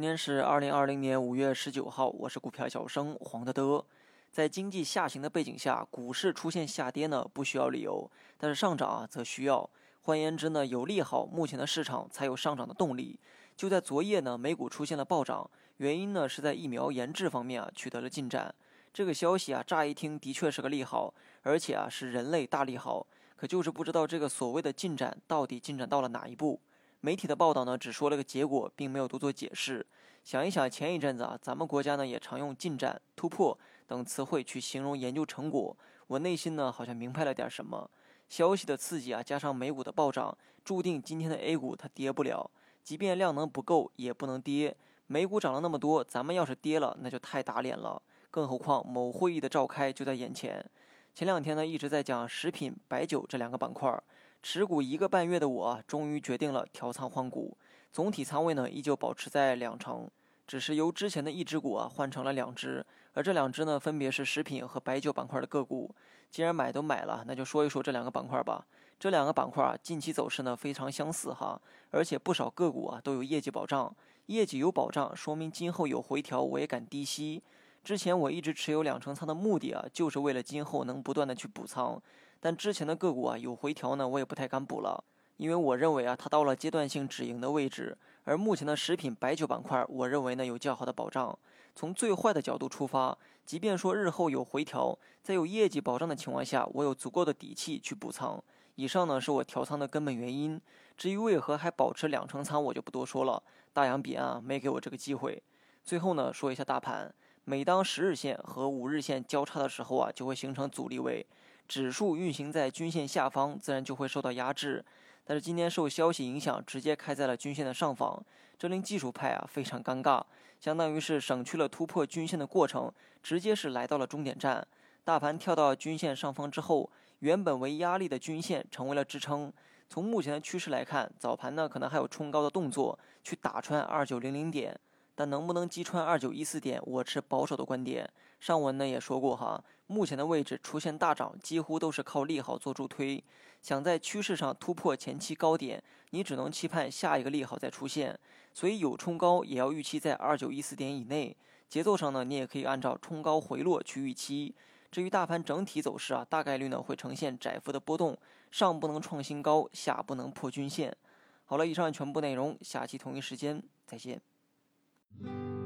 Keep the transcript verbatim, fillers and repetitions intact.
今天是二零二零年五月十九号，我是股票小生黄德德。在经济下行的背景下，股市出现下跌呢，不需要理由，但是上涨啊则需要。换言之呢，有利好，目前的市场才有上涨的动力。就在昨夜呢，美股出现了暴涨，原因呢是在疫苗研制方面啊取得了进展。这个消息啊，乍一听的确是个利好，而且啊是人类大利好，可就是不知道这个所谓的进展到底进展到了哪一步。媒体的报道呢，只说了个结果，并没有多做解释。想一想，前一阵子啊，咱们国家呢也常用进展、突破等词汇去形容研究成果，我内心呢好像明白了点什么。消息的刺激啊，加上美股的暴涨，注定今天的 A 股它跌不了，即便量能不够，也不能跌。美股涨了那么多，咱们要是跌了，那就太打脸了。更何况某会议的召开就在眼前。前两天呢，一直在讲食品、白酒这两个板块。持股一个半月的我，终于决定了调仓换股，总体仓位呢依旧保持在两成，只是由之前的一只股啊换成了两只，而这两只呢分别是食品和白酒板块的个股。既然买都买了，那就说一说这两个板块吧。这两个板块啊近期走势呢非常相似哈，而且不少个股啊都有业绩保障，业绩有保障，说明今后有回调，我也敢低吸。之前我一直持有两成仓的目的啊，就是为了今后能不断的去补仓。但之前的个股啊有回调呢，我也不太敢补了，因为我认为啊它到了阶段性止盈的位置。而目前的食品白酒板块，我认为呢有较好的保障。从最坏的角度出发，即便说日后有回调，在有业绩保障的情况下，我有足够的底气去补仓。以上呢是我调仓的根本原因。至于为何还保持两成仓，我就不多说了。大洋彼岸啊没给我这个机会。最后呢说一下大盘。每当十日线和五日线交叉的时候啊，就会形成阻力位，指数运行在均线下方，自然就会受到压制。但是今天受消息影响，直接开在了均线的上方，这令技术派啊非常尴尬，相当于是省去了突破均线的过程，直接是来到了终点站。大盘跳到均线上方之后，原本为压力的均线成为了支撑。从目前的趋势来看，早盘呢可能还有冲高的动作，去打穿二九零零点。但能不能击穿二九一四点，我持保守的观点。上文呢也说过哈，目前的位置出现大涨，几乎都是靠利好做助推。想在趋势上突破前期高点，你只能期盼下一个利好再出现。所以有冲高也要预期在二九一四点以内。节奏上呢，你也可以按照冲高回落去预期。至于大盘整体走势啊，大概率呢会呈现窄幅的波动，上不能创新高，下不能破均线。好了，以上全部内容，下期同一时间再见。